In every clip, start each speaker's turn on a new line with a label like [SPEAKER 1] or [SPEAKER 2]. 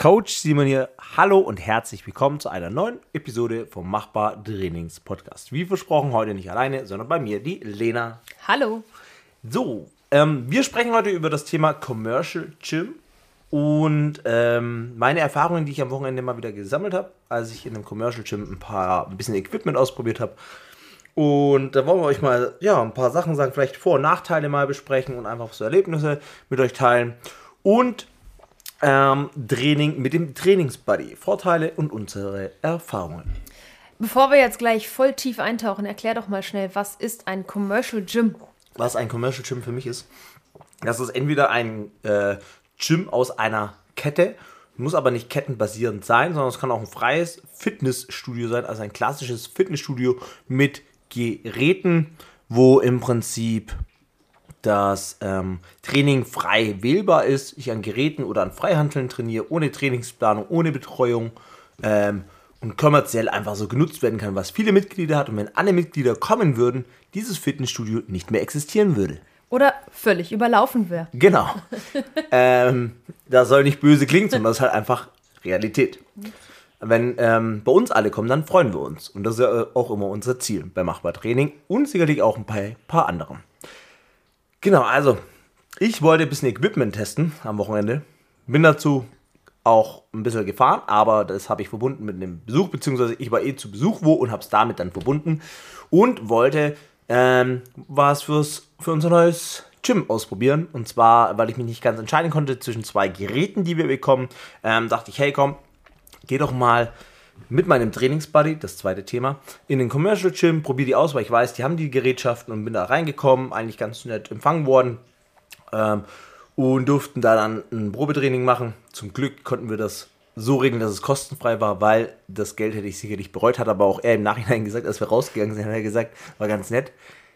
[SPEAKER 1] Coach Simon hier. Hallo und herzlich willkommen zu einer neuen Episode vom Machbar Trainings Podcast. Wie versprochen, heute nicht alleine, sondern bei mir die Lena.
[SPEAKER 2] Hallo.
[SPEAKER 1] So, wir sprechen heute über das Thema Commercial Gym und meine Erfahrungen, die ich am Wochenende mal wieder gesammelt habe, als ich in einem Commercial Gym ein bisschen Equipment ausprobiert habe. Und da wollen wir euch mal ein paar Sachen sagen, vielleicht Vor- und Nachteile mal besprechen und einfach so Erlebnisse mit euch teilen. Und Training mit dem Trainingsbuddy, Vorteile und unsere Erfahrungen.
[SPEAKER 2] Bevor wir jetzt gleich voll tief eintauchen, erklär doch mal schnell, was ist ein Commercial Gym?
[SPEAKER 1] Was ein Commercial Gym für mich ist, das ist entweder ein Gym aus einer Kette, muss aber nicht kettenbasierend sein, sondern es kann auch ein freies Fitnessstudio sein, also ein klassisches Fitnessstudio mit Geräten, wo im Prinzip das Training frei wählbar ist, ich an Geräten oder an Freihanteln trainiere, ohne Trainingsplanung, ohne Betreuung und kommerziell einfach so genutzt werden kann, was viele Mitglieder hat. Und wenn alle Mitglieder kommen würden, dieses Fitnessstudio nicht mehr existieren würde.
[SPEAKER 2] Oder völlig überlaufen wäre.
[SPEAKER 1] Genau. Das soll nicht böse klingen, sondern das ist halt einfach Realität. Wenn bei uns alle kommen, dann freuen wir uns. Und das ist ja auch immer unser Ziel bei Machbar Training und sicherlich auch ein paar anderen. Genau, also ich wollte ein bisschen Equipment testen am Wochenende. Bin dazu auch ein bisschen gefahren, aber das habe ich verbunden mit einem Besuch, beziehungsweise ich war zu Besuch und habe es damit dann verbunden und wollte was für unser neues Gym ausprobieren. Und zwar, weil ich mich nicht ganz entscheiden konnte zwischen zwei Geräten, die wir bekommen, dachte ich, hey komm, geh doch mal mit meinem Trainingsbuddy, das zweite Thema, in den Commercial Gym, probiere die aus, weil ich weiß, die haben die Gerätschaften und bin da reingekommen, eigentlich ganz nett empfangen worden und durften da dann ein Probetraining machen. Zum Glück konnten wir das so regeln, dass es kostenfrei war, weil das Geld hätte ich sicherlich bereut, hat aber auch er im Nachhinein gesagt, als wir rausgegangen sind, hat er gesagt, war ganz nett,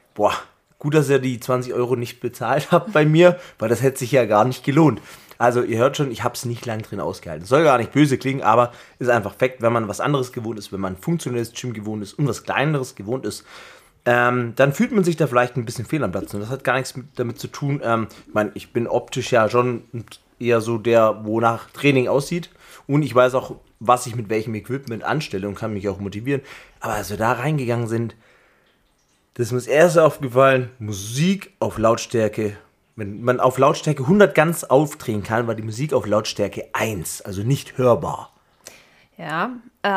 [SPEAKER 1] gut, dass ihr die 20 Euro nicht bezahlt habt bei mir, weil das hätte sich ja gar nicht gelohnt. Also ihr hört schon, ich habe es nicht lang drin ausgehalten. Soll gar nicht böse klingen, aber ist einfach Fakt, wenn man was anderes gewohnt ist, wenn man ein funktionelles Gym gewohnt ist und was Kleineres gewohnt ist, dann fühlt man sich da vielleicht ein bisschen fehl am Platz. Und das hat gar nichts damit zu tun. Ich meine, ich bin optisch ja schon eher so der, wo nach Training aussieht. Und ich weiß auch, was ich mit welchem Equipment anstelle und kann mich auch motivieren. Aber als wir da reingegangen sind, das ist mir das erste aufgefallen, Musik auf Lautstärke. Wenn man auf Lautstärke 100 ganz aufdrehen kann, war die Musik auf Lautstärke 1, also nicht hörbar.
[SPEAKER 2] Ja,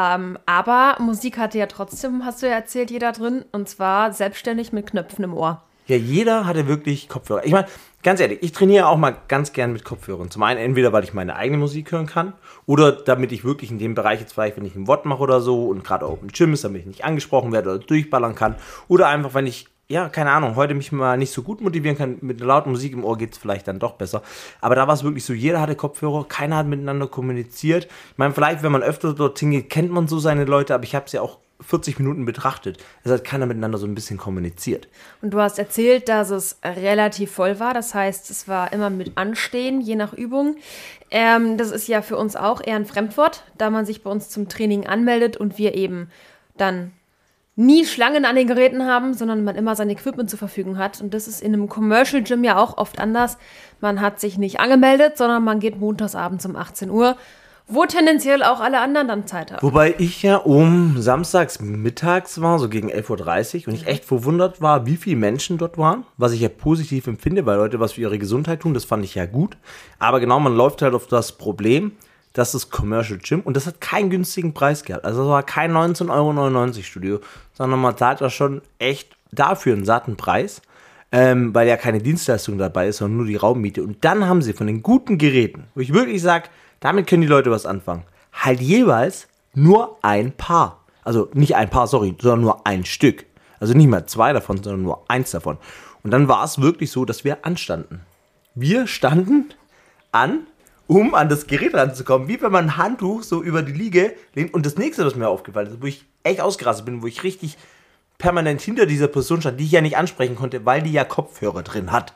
[SPEAKER 2] aber Musik hatte ja trotzdem, hast du ja erzählt, jeder drin, und zwar selbstständig mit Knöpfen im Ohr.
[SPEAKER 1] Ja, jeder hatte wirklich Kopfhörer. Ich meine, ganz ehrlich, ich trainiere auch mal ganz gern mit Kopfhörern. Zum einen entweder, weil ich meine eigene Musik hören kann oder damit ich wirklich in dem Bereich jetzt vielleicht, wenn ich ein Wort mache oder so und gerade auch im Gym ist, damit ich nicht angesprochen werde oder durchballern kann oder einfach, wenn ich keine Ahnung, heute mich mal nicht so gut motivieren kann, mit einer lauten Musik im Ohr geht es vielleicht dann doch besser. Aber da war es wirklich so, jeder hatte Kopfhörer, keiner hat miteinander kommuniziert. Ich meine, vielleicht, wenn man öfter dort hingeht, kennt man so seine Leute, aber ich habe es ja auch 40 Minuten betrachtet. Es hat keiner miteinander so ein bisschen kommuniziert.
[SPEAKER 2] Und du hast erzählt, dass es relativ voll war, das heißt, es war immer mit Anstehen, je nach Übung. Das ist ja für uns auch eher ein Fremdwort, da man sich bei uns zum Training anmeldet und wir eben dann nie Schlangen an den Geräten haben, sondern man immer sein Equipment zur Verfügung hat. Und das ist in einem Commercial Gym ja auch oft anders. Man hat sich nicht angemeldet, sondern man geht montagsabends um 18 Uhr, wo tendenziell auch alle anderen dann Zeit haben.
[SPEAKER 1] Wobei ich ja samstags mittags war, so gegen 11.30 Uhr und ich echt verwundert war, wie viele Menschen dort waren, was ich ja positiv empfinde, weil Leute was für ihre Gesundheit tun, das fand ich ja gut. Aber genau, man läuft halt auf das Problem, das ist Commercial Gym und das hat keinen günstigen Preis gehabt. Also es war kein 19,99 € Studio, sondern man zahlt da schon echt dafür einen satten Preis, weil ja keine Dienstleistung dabei ist, sondern nur die Raummiete. Und dann haben sie von den guten Geräten, wo ich wirklich sage, damit können die Leute was anfangen, halt jeweils nur ein Paar. Also nicht ein Paar, sondern nur ein Stück. Also nicht mal zwei davon, sondern nur eins davon. Und dann war es wirklich so, dass wir anstanden. Wir standen an, um an das Gerät ranzukommen, wie wenn man ein Handtuch so über die Liege lehnt. Und das nächste, was mir aufgefallen ist, wo ich echt ausgerastet bin, wo ich richtig permanent hinter dieser Person stand, die ich ja nicht ansprechen konnte, weil die ja Kopfhörer drin hat,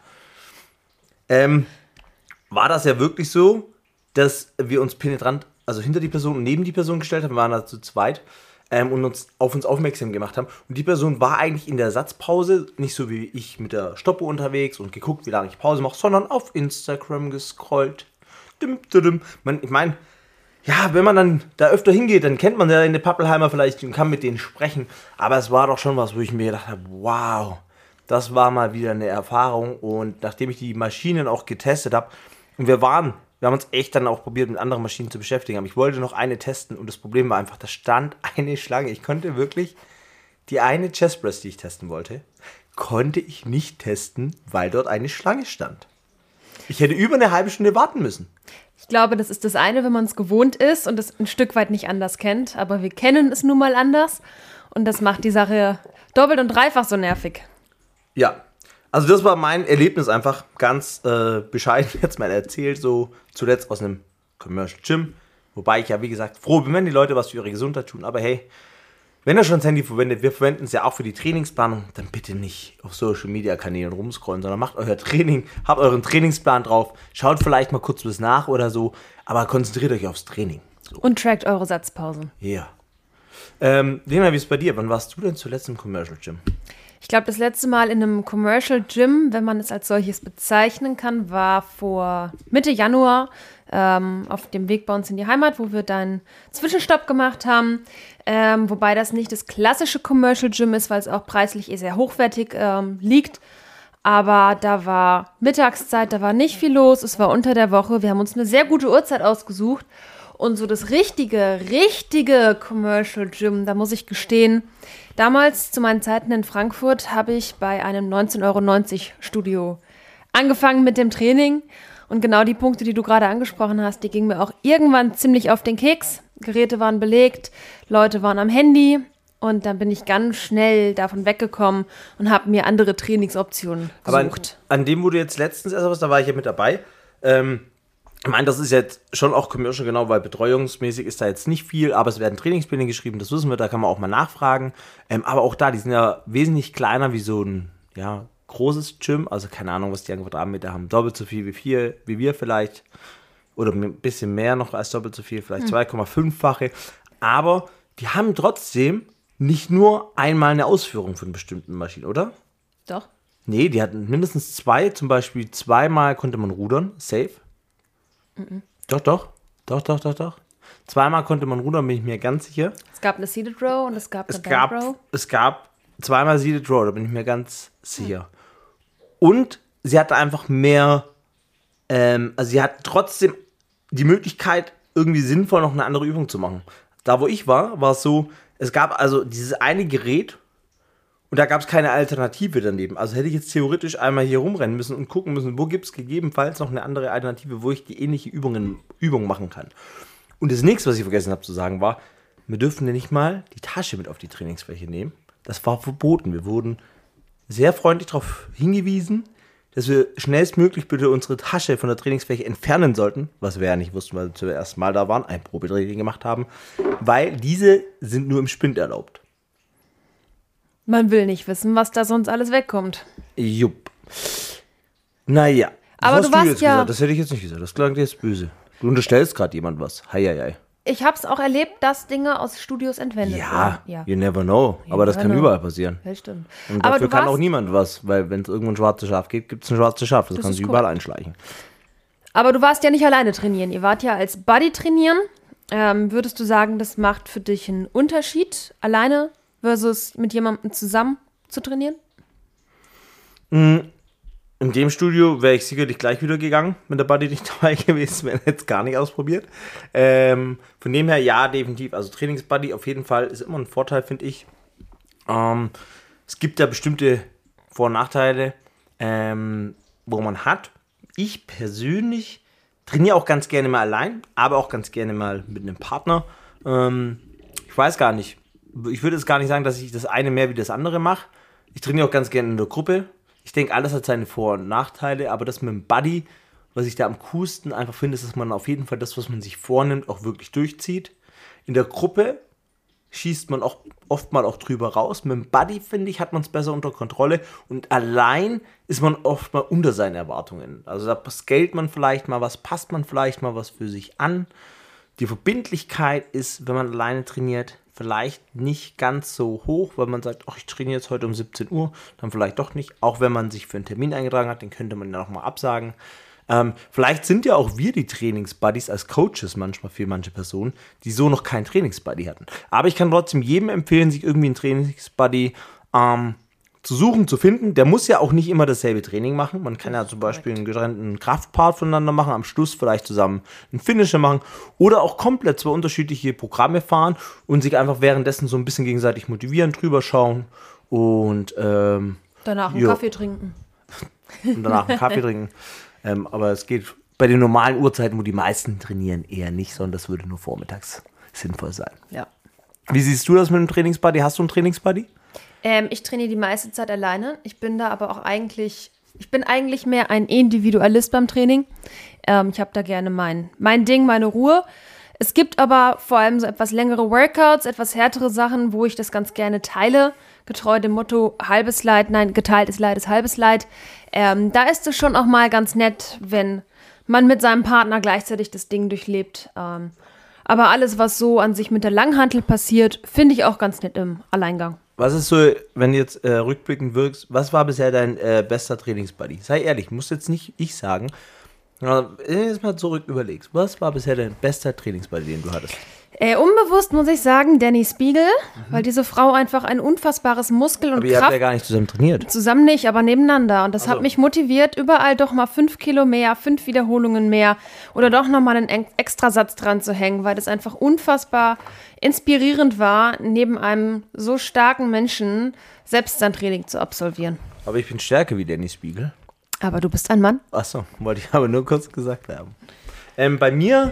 [SPEAKER 1] war das ja wirklich so, dass wir uns penetrant, also hinter die Person und neben die Person gestellt haben, wir waren da zu zweit und uns aufmerksam gemacht haben. Und die Person war eigentlich in der Satzpause nicht so wie ich mit der Stoppuhr unterwegs und geguckt, wie lange ich Pause mache, sondern auf Instagram gescrollt. Ich meine, ja, wenn man dann da öfter hingeht, dann kennt man ja in der Pappelheimer vielleicht und kann mit denen sprechen. Aber es war doch schon was, wo ich mir gedacht habe, wow, das war mal wieder eine Erfahrung. Und nachdem ich die Maschinen auch getestet habe, und wir haben uns echt dann auch probiert, mit anderen Maschinen zu beschäftigen. Aber ich wollte noch eine testen und das Problem war einfach, da stand eine Schlange. Ich konnte wirklich die eine Chestpress, die ich testen wollte, konnte ich nicht testen, weil dort eine Schlange stand. Ich hätte über eine halbe Stunde warten müssen.
[SPEAKER 2] Ich glaube, das ist das eine, wenn man es gewohnt ist und es ein Stück weit nicht anders kennt. Aber wir kennen es nun mal anders. Und das macht die Sache doppelt und dreifach so nervig.
[SPEAKER 1] Ja, also das war mein Erlebnis einfach ganz bescheiden jetzt mal erzählt, so zuletzt aus einem Commercial Gym. Wobei ich ja, wie gesagt, froh bin, wenn die Leute was für ihre Gesundheit tun. Aber hey, wenn ihr schon das Handy verwendet, wir verwenden es ja auch für die Trainingsplanung, dann bitte nicht auf Social Media Kanälen rumscrollen, sondern macht euer Training, habt euren Trainingsplan drauf, schaut vielleicht mal kurz was nach oder so, aber konzentriert euch aufs Training. So.
[SPEAKER 2] Und trackt eure Satzpausen.
[SPEAKER 1] Ja. Lena, wie ist es bei dir? Wann warst du denn zuletzt im Commercial Gym?
[SPEAKER 2] Ich glaube, das letzte Mal in einem Commercial Gym, wenn man es als solches bezeichnen kann, war vor Mitte Januar auf dem Weg bei uns in die Heimat, wo wir dann Zwischenstopp gemacht haben. Wobei das nicht das klassische Commercial Gym ist, weil es auch preislich sehr hochwertig liegt. Aber da war Mittagszeit, da war nicht viel los, es war unter der Woche. Wir haben uns eine sehr gute Uhrzeit ausgesucht. Und so das richtige Commercial Gym, da muss ich gestehen, damals zu meinen Zeiten in Frankfurt habe ich bei einem 19,90 € Studio angefangen mit dem Training. Und genau die Punkte, die du gerade angesprochen hast, die gingen mir auch irgendwann ziemlich auf den Keks. Geräte waren belegt, Leute waren am Handy und dann bin ich ganz schnell davon weggekommen und habe mir andere Trainingsoptionen gesucht.
[SPEAKER 1] Aber an dem, wo du jetzt letztens erst was, da war ich ja mit dabei. Ich meine, das ist jetzt schon auch Commercial, genau, weil betreuungsmäßig ist da jetzt nicht viel, aber es werden Trainingspläne geschrieben, das wissen wir, da kann man auch mal nachfragen. Aber auch da, die sind ja wesentlich kleiner wie so ein, ja, großes Gym, also keine Ahnung, was die an Quadratmeter haben, doppelt so viel wie wir vielleicht, oder ein bisschen mehr noch als doppelt so viel, vielleicht 2,5-fache, aber die haben trotzdem nicht nur einmal eine Ausführung von bestimmten Maschinen, oder?
[SPEAKER 2] Doch.
[SPEAKER 1] Nee, die hatten mindestens zwei, zum Beispiel zweimal konnte man rudern, safe. Doch. Zweimal konnte man rudern, bin ich mir ganz sicher.
[SPEAKER 2] Es gab eine Seated Row und es gab eine Bent Row.
[SPEAKER 1] Es gab zweimal Seated Row, da bin ich mir ganz sicher. Und sie hatte einfach mehr, also sie hat trotzdem die Möglichkeit, irgendwie sinnvoll noch eine andere Übung zu machen. Da, wo ich war es so, es gab also dieses eine Gerät und da gab es keine Alternative daneben. Also hätte ich jetzt theoretisch einmal hier rumrennen müssen und gucken müssen, wo gibt es gegebenenfalls noch eine andere Alternative, wo ich die ähnliche Übung machen kann. Und das nächste, was ich vergessen habe zu sagen, war, wir dürfen ja nicht mal die Tasche mit auf die Trainingsfläche nehmen. Das war verboten. Wir wurden sehr freundlich darauf hingewiesen, dass wir schnellstmöglich bitte unsere Tasche von der Trainingsfläche entfernen sollten, was wir ja nicht wussten, weil wir zum ersten Mal da waren, ein Probetraining gemacht haben, weil diese sind nur im Spind erlaubt.
[SPEAKER 2] Man will nicht wissen, was da sonst alles wegkommt.
[SPEAKER 1] Jupp. Naja.
[SPEAKER 2] Aber du warst
[SPEAKER 1] jetzt
[SPEAKER 2] ja...
[SPEAKER 1] gesagt? Das hätte ich jetzt nicht gesagt. Das klang dir jetzt böse. Du unterstellst gerade jemand was. Heieiei.
[SPEAKER 2] Ich habe es auch erlebt, dass Dinge aus Studios entwendet wurden.
[SPEAKER 1] Ja, you never know. Aber das kann überall passieren.
[SPEAKER 2] Ja, stimmt.
[SPEAKER 1] Und dafür kann auch niemand was, weil wenn es irgendwo ein schwarzes Schaf gibt, gibt es ein schwarzes Schaf. Das kann sich überall einschleichen.
[SPEAKER 2] Aber du warst ja nicht alleine trainieren. Ihr wart ja als Buddy trainieren. Würdest du sagen, das macht für dich einen Unterschied, alleine versus mit jemandem zusammen zu trainieren?
[SPEAKER 1] In dem Studio wäre ich sicherlich gleich wieder gegangen, wenn der Buddy nicht dabei gewesen wäre, jetzt gar nicht ausprobiert. Von dem her, ja, definitiv. Also Trainingsbuddy auf jeden Fall ist immer ein Vorteil, finde ich. Es gibt ja bestimmte Vor- und Nachteile, wo man hat. Ich persönlich trainiere auch ganz gerne mal allein, aber auch ganz gerne mal mit einem Partner. Ich weiß gar nicht. Ich würde jetzt gar nicht sagen, dass ich das eine mehr wie das andere mache. Ich trainiere auch ganz gerne in der Gruppe. Ich denke, alles hat seine Vor- und Nachteile, aber das mit dem Buddy, was ich da am coolsten einfach finde, ist, dass man auf jeden Fall das, was man sich vornimmt, auch wirklich durchzieht. In der Gruppe schießt man auch oft mal auch drüber raus. Mit dem Buddy, finde ich, hat man es besser unter Kontrolle und allein ist man oft mal unter seinen Erwartungen. Also da scaled man vielleicht mal was, passt man vielleicht mal was für sich an. Die Verbindlichkeit ist, wenn man alleine trainiert, vielleicht nicht ganz so hoch, weil man sagt, ach, ich trainiere jetzt heute um 17 Uhr, dann vielleicht doch nicht. Auch wenn man sich für einen Termin eingetragen hat, den könnte man ja nochmal absagen. Vielleicht sind ja auch wir die Trainingsbuddies als Coaches manchmal für manche Personen, die so noch keinen Trainingsbuddy hatten. Aber ich kann trotzdem jedem empfehlen, sich irgendwie einen Trainingsbuddy zu suchen, zu finden. Der muss ja auch nicht immer dasselbe Training machen. Man kann ja zum Beispiel einen getrennten Kraftpart voneinander machen, am Schluss vielleicht zusammen einen Finisher machen oder auch komplett zwei unterschiedliche Programme fahren und sich einfach währenddessen so ein bisschen gegenseitig motivieren, drüber schauen und
[SPEAKER 2] danach einen Kaffee trinken.
[SPEAKER 1] Und danach einen Kaffee trinken. Aber es geht bei den normalen Uhrzeiten, wo die meisten trainieren, eher nicht, sondern das würde nur vormittags sinnvoll sein.
[SPEAKER 2] Ja.
[SPEAKER 1] Wie siehst du das mit dem Trainingsbuddy? Hast du einen Trainingsbuddy?
[SPEAKER 2] Ich trainiere die meiste Zeit alleine. Ich bin da aber auch eigentlich mehr ein Individualist beim Training. Ich habe da gerne mein Ding, meine Ruhe. Es gibt aber vor allem so etwas längere Workouts, etwas härtere Sachen, wo ich das ganz gerne teile. Getreu dem Motto, halbes Leid, nein, geteiltes Leid ist halbes Leid. Da ist es schon auch mal ganz nett, wenn man mit seinem Partner gleichzeitig das Ding durchlebt. Aber alles, was so an sich mit der Langhantel passiert, finde ich auch ganz nett im Alleingang.
[SPEAKER 1] Was ist so, wenn du jetzt rückblickend wirkst, was war bisher dein bester Trainingsbuddy? Sei ehrlich, muss jetzt nicht ich sagen. Wenn du jetzt mal zurück überlegst, was war bisher dein bester Trainingsbuddy, den du hattest?
[SPEAKER 2] Unbewusst muss ich sagen, Danny Spiegel, weil diese Frau einfach ein unfassbares Muskel- und
[SPEAKER 1] Aber ihr habt ja gar nicht zusammen trainiert.
[SPEAKER 2] Zusammen nicht, aber nebeneinander. Und das hat mich motiviert, überall doch mal 5 Kilo mehr, 5 Wiederholungen mehr oder doch nochmal einen Extrasatz dran zu hängen, weil das einfach unfassbar inspirierend war, neben einem so starken Menschen selbst sein Training zu absolvieren.
[SPEAKER 1] Aber ich bin stärker wie Danny Spiegel.
[SPEAKER 2] Aber du bist ein Mann.
[SPEAKER 1] Achso, wollte ich aber nur kurz gesagt haben. Bei mir,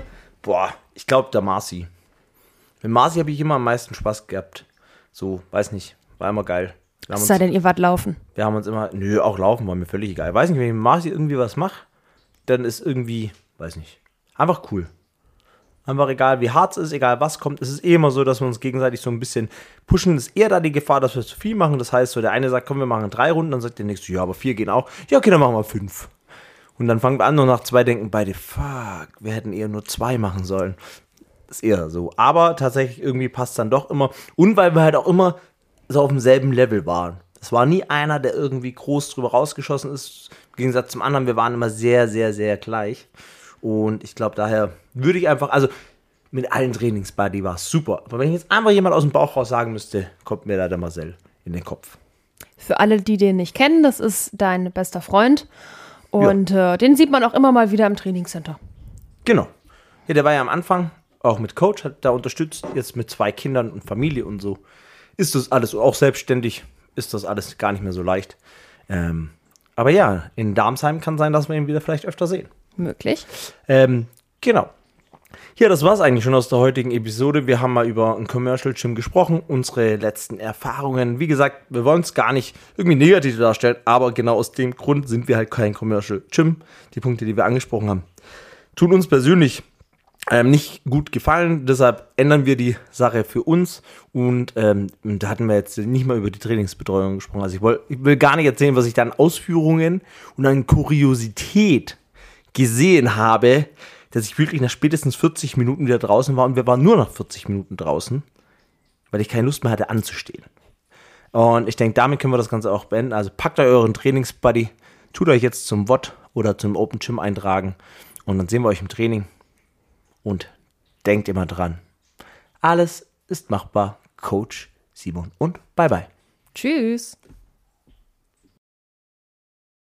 [SPEAKER 1] ich glaube der Marci. Mit Marci habe ich immer am meisten Spaß gehabt. So, weiß nicht, war immer geil.
[SPEAKER 2] Es sei denn, ihr wart laufen.
[SPEAKER 1] Wir haben uns immer, auch laufen war mir völlig egal. Weiß nicht, wenn ich mit Marci irgendwie was mache, dann ist irgendwie, weiß nicht, einfach cool. Einfach egal, wie hart es ist, egal was kommt. Es ist eh immer so, dass wir uns gegenseitig so ein bisschen pushen. Es ist eher da die Gefahr, dass wir zu viel machen. Das heißt, so der eine sagt, komm, wir machen 3 Runden, dann sagt der nächste, ja, aber 4 gehen auch. Ja, okay, dann machen wir 5. Und dann fangen wir an und nach 2 denken beide, fuck, wir hätten eher nur 2 machen sollen. Das ist eher so. Aber tatsächlich irgendwie passt dann doch immer. Und weil wir halt auch immer so auf demselben Level waren. Es war nie einer, der irgendwie groß drüber rausgeschossen ist. Im Gegensatz zum anderen, wir waren immer sehr, sehr, sehr gleich. Und ich glaube, daher würde ich einfach, also mit allen Trainingsbuddy war es super. Aber wenn ich jetzt einfach jemand aus dem Bauch raus sagen müsste, kommt mir da der Marcel in den Kopf.
[SPEAKER 2] Für alle, die den nicht kennen, das ist dein bester Freund. Und den sieht man auch immer mal wieder im Trainingscenter.
[SPEAKER 1] Genau. Ja, der war ja am Anfang auch mit Coach, hat da unterstützt, jetzt mit 2 Kindern und Familie und so. Ist das alles, auch selbstständig, ist das alles gar nicht mehr so leicht. Aber ja, in Darmsheim kann sein, dass wir ihn wieder vielleicht öfter sehen.
[SPEAKER 2] Möglich.
[SPEAKER 1] Genau. Ja, das war's eigentlich schon aus der heutigen Episode. Wir haben mal über ein Commercial Gym gesprochen, unsere letzten Erfahrungen. Wie gesagt, wir wollen es gar nicht irgendwie negativ darstellen, aber genau aus dem Grund sind wir halt kein Commercial Gym. Die Punkte, die wir angesprochen haben, tun uns persönlich nicht gut gefallen. Deshalb ändern wir die Sache für uns. Und da hatten wir jetzt nicht mal über die Trainingsbetreuung gesprochen. Also ich will gar nicht erzählen, was ich da an Ausführungen und an Kuriosität gesehen habe, dass ich wirklich nach spätestens 40 Minuten wieder draußen war und wir waren nur noch 40 Minuten draußen, weil ich keine Lust mehr hatte anzustehen. Und ich denke, damit können wir das Ganze auch beenden. Also packt euch euren Trainingsbuddy, tut euch jetzt zum WOD oder zum Open Gym eintragen und dann sehen wir euch im Training. Und denkt immer dran, alles ist machbar. Coach Simon und bye bye.
[SPEAKER 2] Tschüss.